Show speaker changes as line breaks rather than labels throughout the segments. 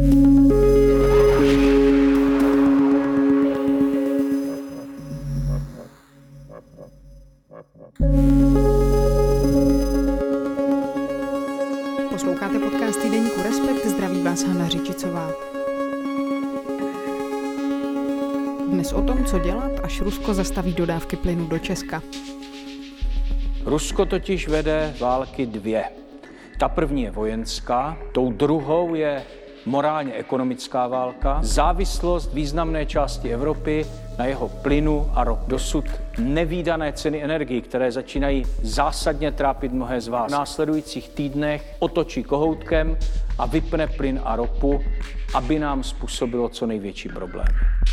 Posloucháte podcast týdeníku Respekt, zdraví vás Hana Řičicová. Dnes o tom, co dělat, až Rusko zastaví dodávky plynu do Česka.
Rusko totiž vede války dvě. Ta první je vojenská, tou druhou je morálně ekonomická válka. Závislost významné části Evropy na jeho plynu a ropu. Dosud nevídané ceny energií, které začínají zásadně trápit mnohé z vás. V následujících týdnech otočí kohoutkem a vypne plyn a ropu, aby nám způsobilo co největší problém.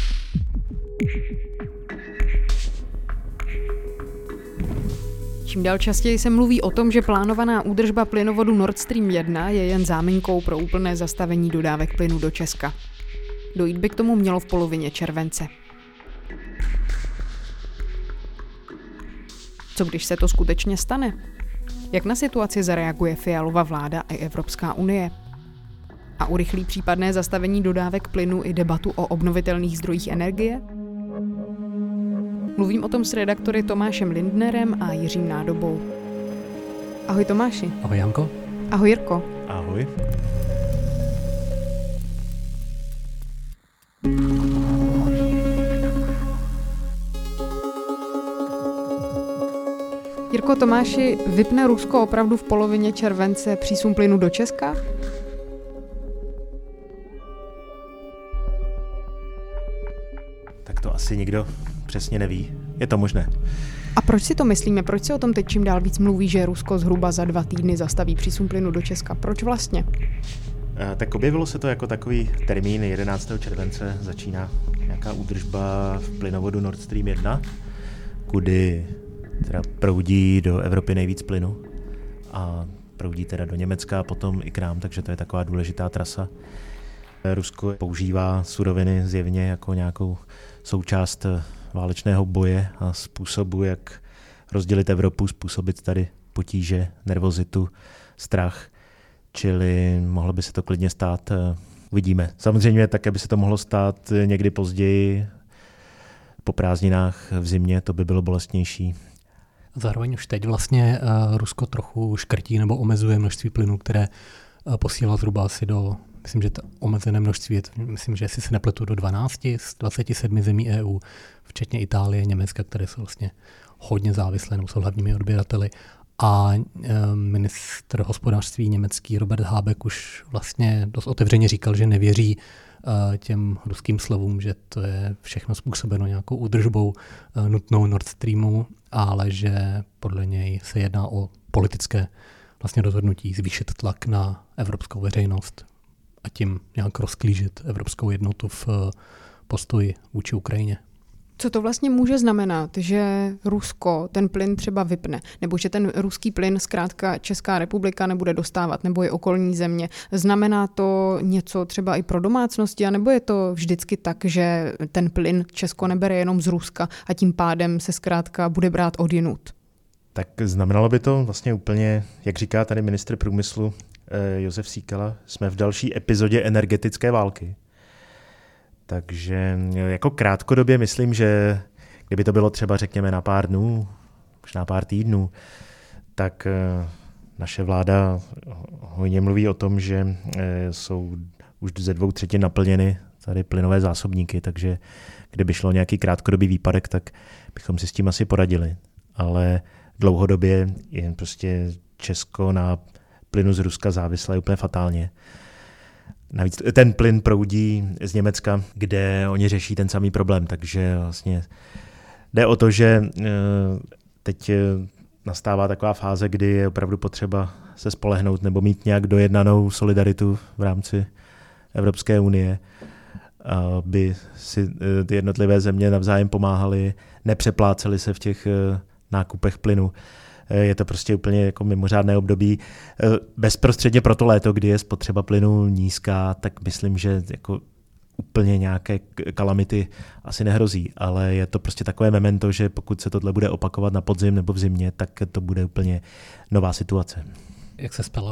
Čím dál častěji se mluví o tom, že plánovaná údržba plynovodu Nord Stream 1 je jen záminkou pro úplné zastavení dodávek plynu do Česka. Dojít by k tomu mělo v polovině července. Co když se to skutečně stane? Jak na situaci zareaguje Fialova vláda a Evropská unie? A urychlí případné zastavení dodávek plynu i debatu o obnovitelných zdrojích energie? Mluvím o tom s redaktory Tomášem Lindnerem a Jiřím Nádobou. Ahoj Tomáši.
Ahoj Janko.
Ahoj Jirko.
Ahoj.
Jirko, Tomáši, vypne Rusko opravdu v polovině července přísun plynu do Česka?
Tak to asi nikdo přesně neví. Je to možné.
A proč si to myslíme? Proč se o tom teď čím dál víc mluví, že Rusko zhruba za 2 týdny zastaví přísun plynu do Česka? Proč vlastně?
Tak objevilo se to jako takový termín 11. července začíná nějaká údržba v plynovodu Nord Stream 1, kudy teda proudí do Evropy nejvíc plynu a proudí teda do Německa a potom i k nám, takže to je taková důležitá trasa. Rusko používá suroviny zjevně jako nějakou součást válečného boje a způsobu, jak rozdělit Evropu, způsobit tady potíže, nervozitu, strach, čili mohlo by se to klidně stát, uvidíme. Samozřejmě také by se to mohlo stát někdy později, po prázdninách v zimě, to by bylo bolestnější.
Zároveň už teď vlastně Rusko trochu škrtí nebo omezuje množství plynu, které posílá zhruba asi do, myslím, že to omezené množství, myslím, že jestli se nepletu, do 12 z 27 zemí EU, včetně Itálie, Německa, které jsou vlastně hodně závislé, nebo jsou hlavními odběrateli. A ministr hospodářství německý Robert Habeck už vlastně dost otevřeně říkal, že nevěří těm ruským slovům, že to je všechno způsobeno nějakou údržbou nutnou Nord Streamu, ale že podle něj se jedná o politické vlastně rozhodnutí zvýšit tlak na evropskou veřejnost a tím nějak rozklížit evropskou jednotu v postoji vůči Ukrajině.
Co to vlastně může znamenat, že Rusko ten plyn třeba vypne, nebo že ten ruský plyn zkrátka Česká republika nebude dostávat, nebo je okolní země? Znamená to něco třeba i pro domácnosti, anebo je to vždycky tak, že ten plyn Česko nebere jenom z Ruska a tím pádem se zkrátka bude brát odjinud?
Tak znamenalo by to vlastně úplně, jak říká tady ministr průmyslu Josef Síkela, jsme v další epizodě energetické války. Takže jako krátkodobě myslím, že kdyby to bylo třeba řekněme na pár dnů, možná pár týdnů, tak naše vláda hojně mluví o tom, že jsou už ze 2/3 naplněny tady plynové zásobníky, takže kdyby šlo nějaký krátkodobý výpadek, tak bychom si s tím asi poradili. Ale dlouhodobě je prostě Česko na plynu z Ruska závislé úplně fatálně. Navíc ten plyn proudí z Německa, kde oni řeší ten samý problém, takže vlastně jde o to, že teď nastává taková fáze, kdy je opravdu potřeba se spolehnout nebo mít nějak dojednanou solidaritu v rámci Evropské unie, aby si ty jednotlivé země navzájem pomáhaly, nepřeplácely se v těch nákupech plynu. Je to prostě úplně jako mimořádné období. Bezprostředně pro to léto, kdy je spotřeba plynu nízká, tak myslím, že jako úplně nějaké kalamity asi nehrozí, ale je to prostě takové memento, že pokud se tohle bude opakovat na podzim nebo v zimě, tak to bude úplně nová situace.
Jak se ptal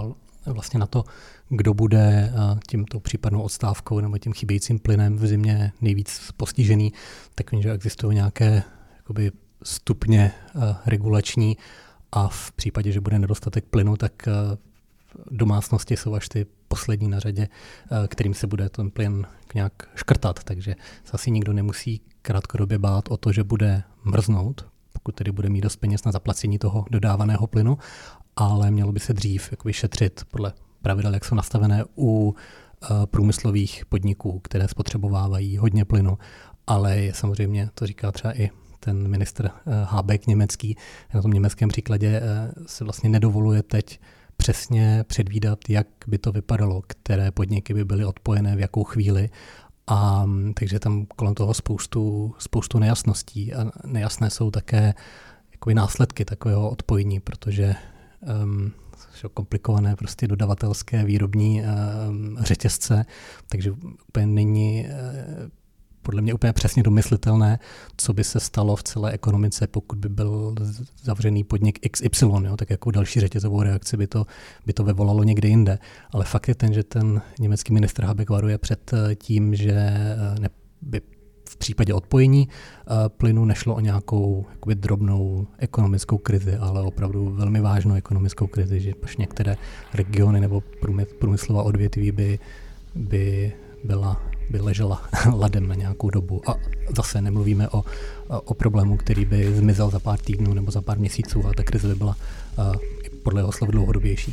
vlastně na to, kdo bude tímto případnou odstávkou nebo tím chybějícím plynem v zimě nejvíc postižený, tak vím, že existují nějaké jakoby stupně regulační a v případě, že bude nedostatek plynu, tak domácnosti jsou až ty poslední na řadě, kterým se bude ten plyn nějak škrtat, takže se asi nikdo nemusí krátkodobě bát o to, že bude mrznout, pokud tedy bude mít dost peněz na zaplacení toho dodávaného plynu, ale mělo by se dřív jakoby šetřit podle pravidel, jak jsou nastavené u průmyslových podniků, které spotřebovávají hodně plynu, ale je samozřejmě, to říká třeba i ten ministr Habeck německý, na tom německém příkladě se vlastně nedovoluje teď přesně předvídat, jak by to vypadalo, které podniky by byly odpojené v jakou chvíli. A takže tam kolem toho spoustu nejasností. A nejasné jsou také jakoby následky takového odpojení, protože jsou komplikované prostě dodavatelské výrobní řetězce, takže úplně není podle mě úplně přesně domyslitelné, co by se stalo v celé ekonomice, pokud by byl zavřený podnik XY, jo, tak jako další řetězovou reakci by to vyvolalo někde jinde. Ale fakt je ten, že ten německý ministr Habeck varuje před tím, že by v případě odpojení plynu nešlo o nějakou jakoby drobnou ekonomickou krizi, ale opravdu velmi vážnou ekonomickou krizi, že až některé regiony nebo průmyslová odvětví by ležela ladem na nějakou dobu. A zase nemluvíme o problému, který by zmizel za pár týdnů nebo za pár měsíců, ale ta krize by byla podle jeho slov dlouhodobější.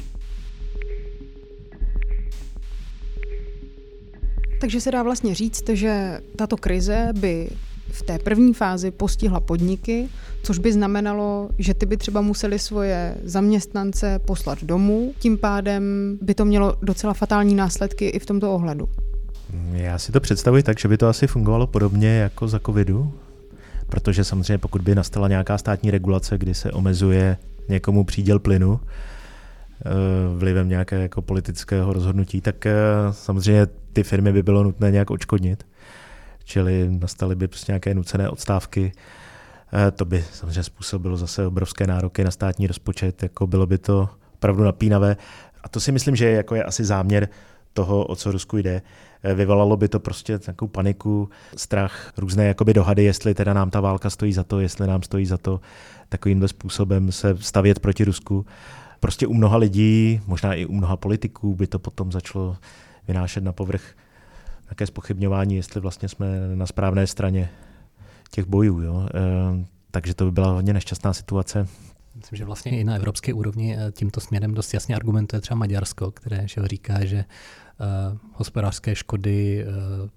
Takže se dá vlastně říct, že tato krize by v té první fázi postihla podniky, což by znamenalo, že ty by třeba museli svoje zaměstnance poslat domů, tím pádem by to mělo docela fatální následky i v tomto ohledu.
Já si to představuji tak, že by to asi fungovalo podobně jako za covidu, protože samozřejmě pokud by nastala nějaká státní regulace, kdy se omezuje někomu příděl plynu vlivem nějaké jako politického rozhodnutí, tak samozřejmě ty firmy by bylo nutné nějak odškodnit, čili nastaly by prostě nějaké nucené odstávky. To by samozřejmě způsobilo zase obrovské nároky na státní rozpočet, jako bylo by to opravdu napínavé. A to si myslím, že jako je asi záměr toho, o co Rusku jde. Vyvolalo by to prostě takovou paniku, strach, různé jakoby dohady, jestli teda nám ta válka stojí za to, jestli nám stojí za to takovýmhle způsobem se stavět proti Rusku. Prostě u mnoha lidí, možná i u mnoha politiků by to potom začalo vynášet na povrch nějaké zpochybňování, jestli vlastně jsme na správné straně těch bojů. Jo? Takže to by byla hodně nešťastná situace.
Myslím, že vlastně i na evropské úrovni tímto směrem dost jasně argumentuje třeba Maďarsko, které říká, že hospodářské škody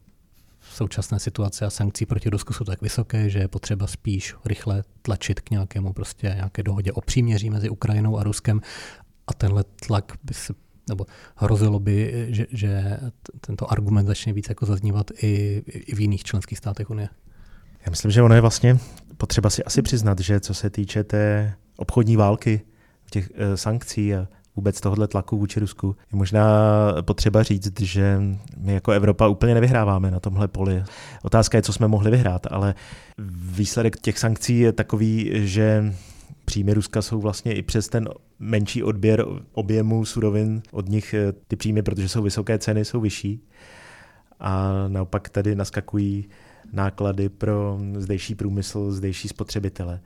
v současné situaci a sankcí proti Rusku jsou tak vysoké, že je potřeba spíš rychle tlačit k nějaké dohodě o příměří mezi Ukrajinou a Ruskem a tenhle tlak by se nebo hrozilo by, že tento argument začne víc jako zaznívat i v jiných členských státech Unie.
Já myslím, že ono je vlastně potřeba si asi přiznat, že co se týče té obchodní války, těch sankcí a vůbec tohohle tlaku vůči Rusku, je možná potřeba říct, že my jako Evropa úplně nevyhráváme na tomhle poli. Otázka je, co jsme mohli vyhrát, ale výsledek těch sankcí je takový, že příjmy Ruska jsou vlastně i přes ten menší odběr objemu surovin od nich ty příjmy, protože jsou vysoké ceny, jsou vyšší. A naopak tady naskakují náklady pro zdejší průmysl, zdejší spotřebitele.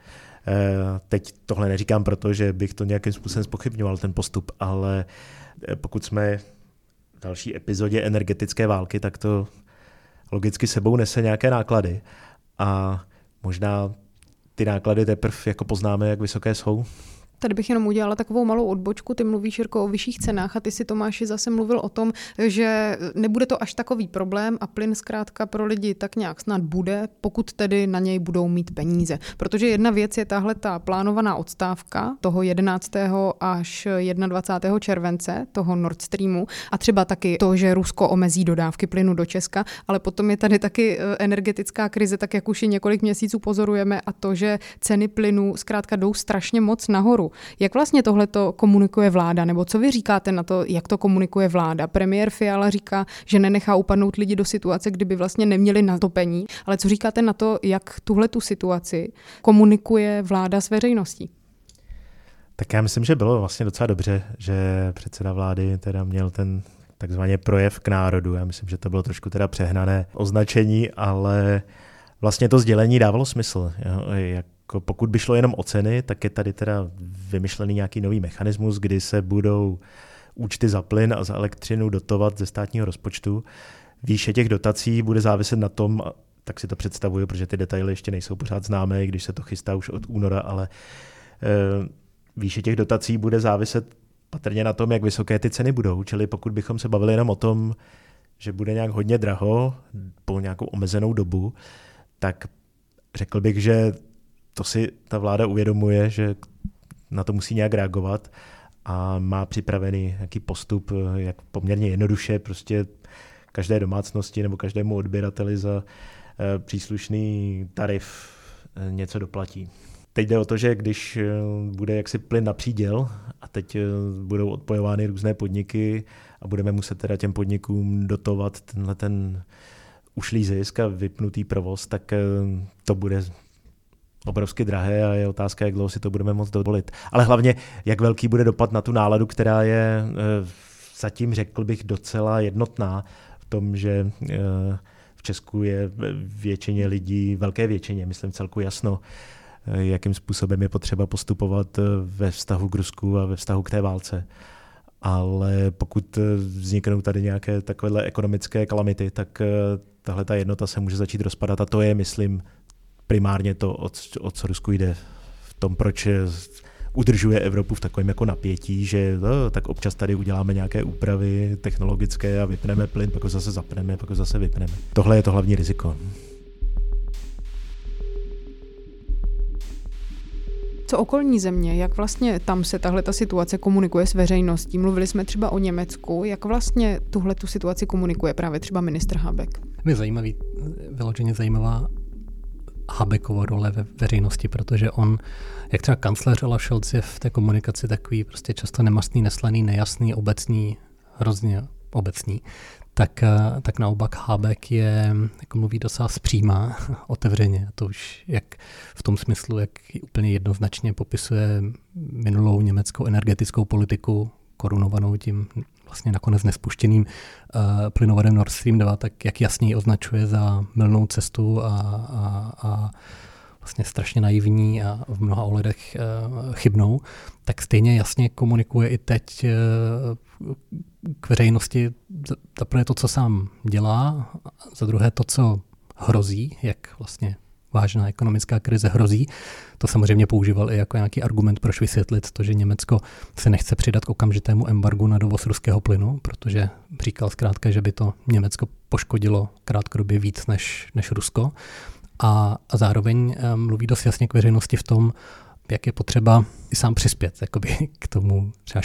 Teď tohle neříkám proto, že bych to nějakým způsobem zpochybňoval ten postup, ale pokud jsme v další epizodě energetické války, tak to logicky sebou nese nějaké náklady a možná ty náklady teprve jako poznáme, jak vysoké jsou.
Tady bych jenom udělala takovou malou odbočku. Ty mluvíš, Jirko, o vyšších cenách a ty si, Tomáši, zase mluvil o tom, že nebude to až takový problém a plyn zkrátka pro lidi tak nějak snad bude, pokud tedy na něj budou mít peníze. Protože jedna věc je tahle ta plánovaná odstávka toho 11. až 21. července, toho Nord Streamu a třeba taky to, že Rusko omezí dodávky plynu do Česka, ale potom je tady taky energetická krize, tak jak už ji několik měsíců pozorujeme a to, že ceny plynu zkrátka jdou strašně moc nahoru. Jak vlastně tohleto komunikuje vláda, nebo co vy říkáte na to, jak to komunikuje vláda? Premiér Fiala říká, že nenechá upadnout lidi do situace, kdyby vlastně neměli natopení, ale co říkáte na to, jak tuhletu situaci komunikuje vláda s veřejností?
Tak já myslím, že bylo vlastně docela dobře, že předseda vlády teda měl ten takzvaný projev k národu. Já myslím, že to bylo trošku teda přehnané označení, ale vlastně to sdělení dávalo smysl. Jako pokud by šlo jenom o ceny, tak je tady teda vymyšlený nějaký nový mechanismus, kdy se budou účty za plyn a za elektřinu dotovat ze státního rozpočtu. Výše těch dotací bude záviset na tom, tak si to představuju, protože ty detaily ještě nejsou pořád známé, když se to chystá už od února, ale výše těch dotací bude záviset patrně na tom, jak vysoké ty ceny budou. Čili pokud bychom se bavili jenom o tom, že bude nějak hodně draho po nějakou omezenou dobu, tak řekl bych, že to si ta vláda uvědomuje, že na to musí nějak reagovat a má připravený nějaký postup, jak poměrně jednoduše prostě každé domácnosti nebo každému odběrateli za příslušný tarif něco doplatí. Teď jde o to, že když bude jaksi plyn na příděl a teď budou odpojovány různé podniky a budeme muset teda těm podnikům dotovat tenhle ten ušlý zisk a vypnutý provoz, tak to bude obrovsky drahé a je otázka, jak dlouho si to budeme moct dovolit. Ale hlavně, jak velký bude dopad na tu náladu, která je zatím, řekl bych, docela jednotná v tom, že v Česku je většině lidí, velké většině, myslím celku jasno, jakým způsobem je potřeba postupovat ve vztahu k Rusku a ve vztahu k té válce. Ale pokud vzniknou tady nějaké takovéhle ekonomické kalamity, tak tahle ta jednota se může začít rozpadat a to je, myslím, primárně to, o co Rusku jde. V tom, proč udržuje Evropu v takovém jako napětí, že tak občas tady uděláme nějaké úpravy technologické a vypneme plyn, pak ho zase zapneme, pak ho zase vypneme. Tohle je to hlavní riziko.
Co okolní země, jak vlastně tam se tahleta situace komunikuje s veřejností? Mluvili jsme třeba o Německu, jak vlastně tuhletu situaci komunikuje právě třeba ministr Habeck?
Je vyloženě zajímavá Habeckova role ve veřejnosti, protože on, jak třeba kancléř Olaf Scholz, je v té komunikaci takový prostě často nemastný, neslaný, nejasný, obecný, hrozně obecný, tak naopak Habeck je, jako mluví docela zpříma, otevřeně. To už jak v tom smyslu, jak úplně jednoznačně popisuje minulou německou energetickou politiku, korunovanou tím vlastně nakonec nespuštěným plynovodem Nord Stream 2, tak jak jasně ji označuje za mylnou cestu a vlastně strašně naivní a v mnoha ohledech chybnou, tak stejně jasně komunikuje i teď k veřejnosti za prvé to, co sám dělá, za druhé to, co hrozí, jak vlastně vážná ekonomická krize hrozí. To samozřejmě používal i jako nějaký argument, proč vysvětlit to, že Německo se nechce přidat k okamžitému embargu na dovoz ruského plynu, protože říkal zkrátka, že by to Německo poškodilo krátkodobě víc než Rusko. A zároveň mluví dost jasně k veřejnosti v tom, jak je potřeba i sám přispět k tomu třeba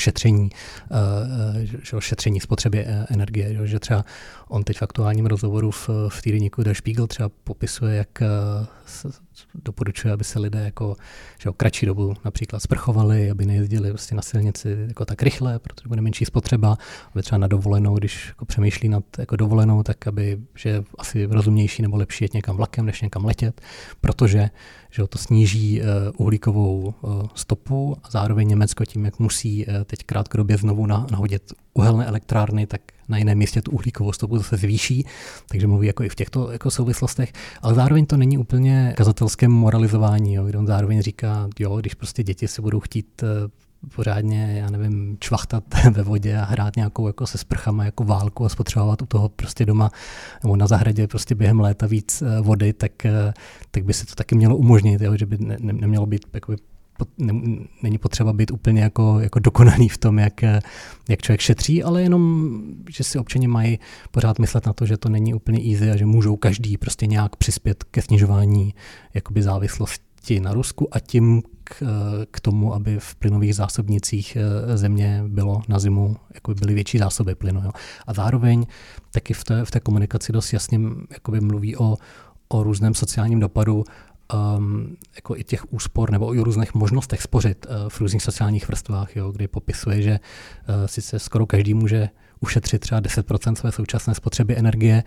šetření spotřeby energie. Že třeba on teď v aktuálním rozhovoru v týdeníku Der Spiegel třeba popisuje, jak doporučuje, aby se lidé kratší dobu například sprchovali, aby nejezdili prostě na silnici jako tak rychle, protože bude menší spotřeba, aby třeba na dovolenou, když přemýšlí nad dovolenou, tak že je asi rozumnější nebo lepší jet někam vlakem, než někam letět, protože že to sníží uhlíkovou stopu a zároveň Německo tím, jak musí teď krátkodobě znovu nahodit uhelné elektrárny, tak na jiném místě tu uhlíkovou stopu zase zvýší, takže mluví jako i v těchto souvislostech, ale zároveň to není úplně kazatelské moralizování, kde on zároveň říká, když prostě děti si budou chtít pořádně, já nevím, čvachtat ve vodě a hrát nějakou jako se sprchama jako válku a spotřebovat u toho prostě doma nebo na zahradě prostě během léta víc vody, tak by se to taky mělo umožnit, že by nemělo být jakoby není potřeba být úplně jako dokonalý v tom, jak člověk šetří, ale jenom, že si občané mají pořád myslet na to, že to není úplně easy a že můžou každý prostě nějak přispět ke snižování jakoby závislosti na Rusku a tím k tomu, aby v plynových zásobnicích země bylo na zimu, jakoby byly větší zásoby plynu. Jo. A zároveň taky v té komunikaci dost jasně jakoby mluví o různém sociálním dopadu jako i těch úspor nebo i o různých možnostech spořit v různých sociálních vrstvách, kdy popisuje, že sice skoro každý může ušetřit třeba 10% své současné spotřeby energie,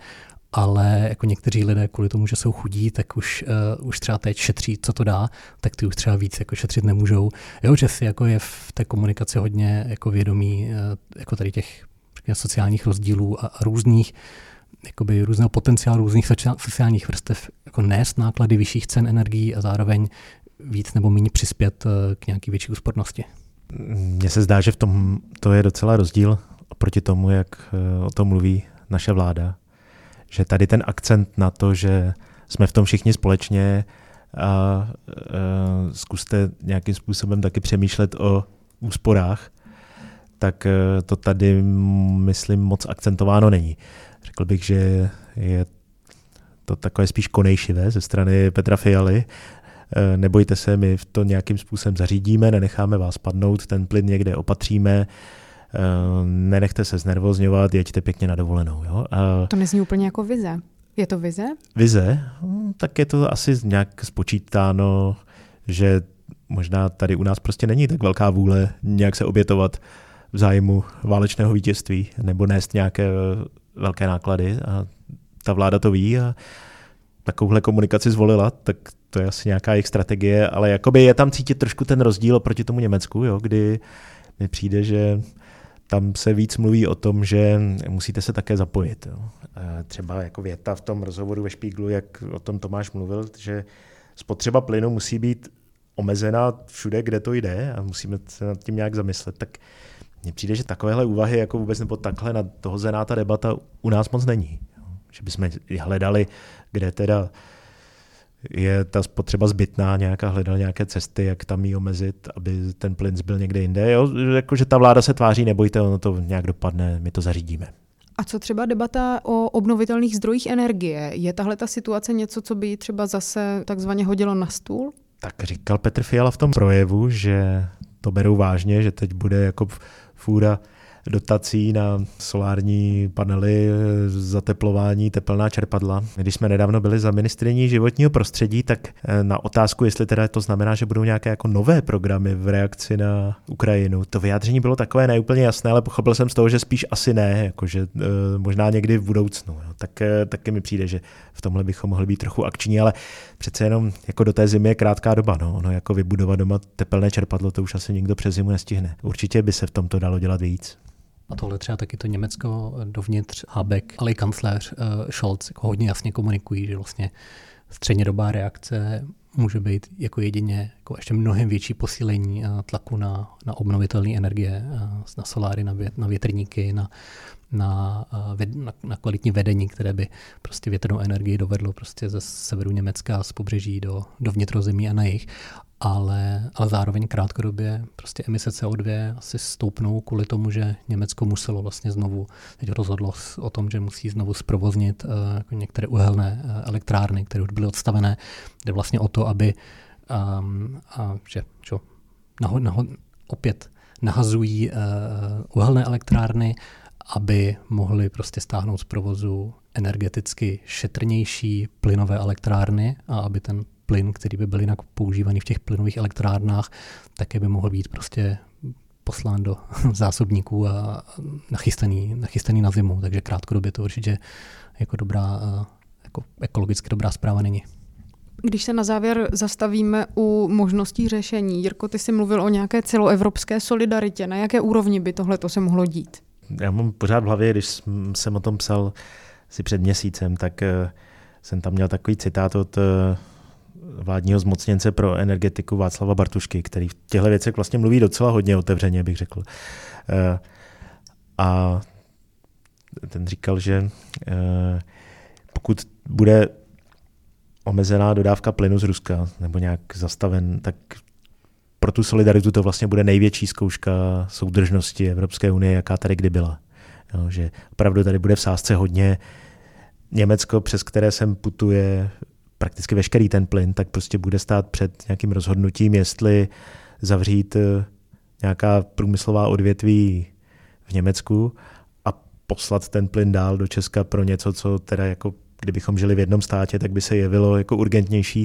ale jako někteří lidé kvůli tomu, že jsou chudí, tak už třeba teď šetří, co to dá, tak ty už třeba víc jako šetřit nemůžou. Jo, že si jako je v té komunikaci hodně jako vědomí jako tady těch sociálních rozdílů a různých jakoby různého potenciálu různých sociálních vrstev jako nést náklady vyšších cen energií a zároveň víc nebo méně přispět k nějaké větší úspornosti.
Mně se zdá, že v tom to je docela rozdíl oproti tomu, jak o tom mluví naše vláda. Že tady ten akcent na to, že jsme v tom všichni společně a zkuste nějakým způsobem taky přemýšlet o úsporách, tak to tady, myslím, moc akcentováno není. Řekl bych, že je to takové spíš konejšivé ze strany Petra Fialy. Nebojte se, my v to nějakým způsobem zařídíme, nenecháme vás padnout, ten plyn někde opatříme, nenechte se znervozňovat, jeďte pěkně na dovolenou. Jo?
To nezní úplně jako vize. Je to vize?
Vize? Tak je to asi nějak spočítáno, že možná tady u nás prostě není tak velká vůle nějak se obětovat v zájmu válečného vítězství nebo nést nějaké velké náklady a ta vláda to ví a takovouhle komunikaci zvolila, tak to je asi nějaká jejich strategie, ale jakoby je tam cítit trošku ten rozdíl oproti tomu Německu, jo, kdy mi přijde, že tam se víc mluví o tom, že musíte se také zapojit. Jo. Třeba jako věta v tom rozhovoru ve Špíglu, jak o tom Tomáš mluvil, že spotřeba plynu musí být omezená všude, kde to jde a musíme se nad tím nějak zamyslet. Tak mně přijde, že takovéhle úvahy jako vůbec nebo takhle na toho zená ta debata u nás moc není. Jo. Že bychom hledali, kde teda je ta spotřeba zbytná nějaká, hledal nějaké cesty, jak tam ji omezit, aby ten plyn zbyl někde jinde. Jo? Jako, že ta vláda se tváří, nebojte, ono to nějak dopadne, my to zařídíme.
A co třeba debata o obnovitelných zdrojích energie? Je tahle ta situace něco, co by ji třeba zase takzvaně hodilo na stůl?
Tak říkal Petr Fiala v tom projevu, že to berou vážně, že teď bude jako fůra dotací na solární panely, zateplování, tepelná čerpadla. Když jsme nedávno byli za ministryní životního prostředí, tak na otázku, jestli teda to znamená, že budou nějaké jako nové programy v reakci na Ukrajinu, to vyjádření bylo takové neúplně jasné, ale pochopil jsem z toho, že spíš asi ne, jakože možná někdy v budoucnu. Jo. Taky mi přijde, že v tomhle bychom mohli být trochu akční, ale přece jenom jako do té zimy je krátká doba. No. Ono jako vybudovat doma tepelné čerpadlo, to už asi nikdo přes zimu nestihne. Určitě by se v tomto dalo dělat víc.
A tohle třeba taky to Německo dovnitř, Habeck, ale i kancléř Scholz jako hodně jasně komunikují, že vlastně střednědobá reakce může být jako jedině jako ještě mnohem větší posílení tlaku na obnovitelné energie, na soláry, na větrníky, na kvalitní vedení, které by prostě větrnou energii dovedlo prostě ze severu Německa z pobřeží do vnitrozemí a na jih. Ale zároveň krátkodobě prostě emise CO2 asi stoupnou kvůli tomu, že Německo muselo vlastně znovu, teď rozhodlo o tom, že musí znovu zprovoznit jako některé uhelné elektrárny, které už byly odstavené. Jde vlastně o to, aby opět nahazují uhelné elektrárny, aby mohli prostě stáhnout z provozu energeticky šetrnější plynové elektrárny a aby ten plyn, který by byl jinak používaný v těch plynových elektrárnách, také by mohl být prostě poslán do zásobníků a nachystaný na zimu. Takže krátkodobě to určitě jako dobrá, jako ekologicky dobrá zpráva není.
Když se na závěr zastavíme u možností řešení, Jirko, ty jsi mluvil o nějaké celoevropské solidaritě. Na jaké úrovni by tohleto se mohlo dít?
Já mám pořád v hlavě, když jsem o tom psal si před měsícem, tak jsem tam měl takový citát od vládního zmocněnce pro energetiku Václava Bartušky, který v těchto věcech vlastně mluví docela hodně otevřeně, bych řekl. A ten říkal, že pokud bude omezená dodávka plynu z Ruska nebo nějak zastaven, tak pro tu solidaritu to vlastně bude největší zkouška soudržnosti Evropské unie, jaká tady kdy byla. Jo, že opravdu tady bude v sázce hodně. Německo, přes které sem putuje prakticky veškerý ten plyn, tak prostě bude stát před nějakým rozhodnutím, jestli zavřít nějaká průmyslová odvětví v Německu a poslat ten plyn dál do Česka pro něco, co teda jako kdybychom žili v jednom státě, tak by se jevilo jako urgentnější.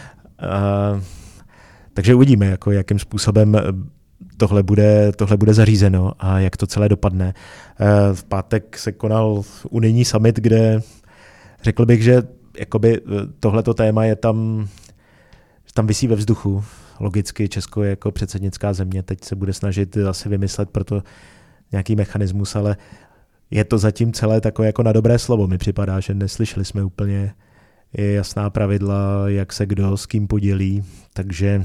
Takže uvidíme, jako jakým způsobem tohle bude zařízeno a jak to celé dopadne. V pátek se konal unijní summit, kde řekl bych, že jakoby tohleto téma je tam visí ve vzduchu. Logicky Česko je jako předsednická země, teď se bude snažit asi vymyslet pro to nějaký mechanismus, ale je to zatím celé takové jako na dobré slovo. Mi připadá, že neslyšeli jsme úplně jasná pravidla, jak se kdo s kým podělí, takže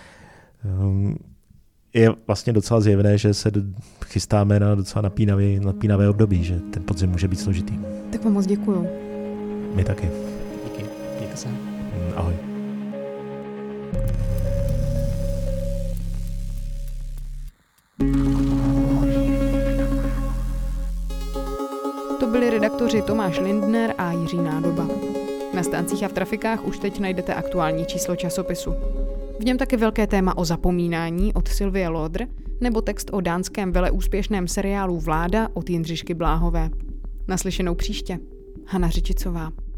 je vlastně docela zjevné, že se chystáme na docela napínavé období, že ten podzim může být složitý.
Tak vám moc děkuju.
My taky.
Díky. Díky se.
Ahoj.
To byli redaktoři Tomáš Lindner a Jiří Nádoba. Na stáncích a v trafikách už teď najdete aktuální číslo časopisu. V něm taky velké téma o zapomínání od Sylvie Lodr nebo text o dánském veleúspěšném seriálu Vláda od Jindřišky Bláhové. Naslyšenou příště. Hana Řičicová.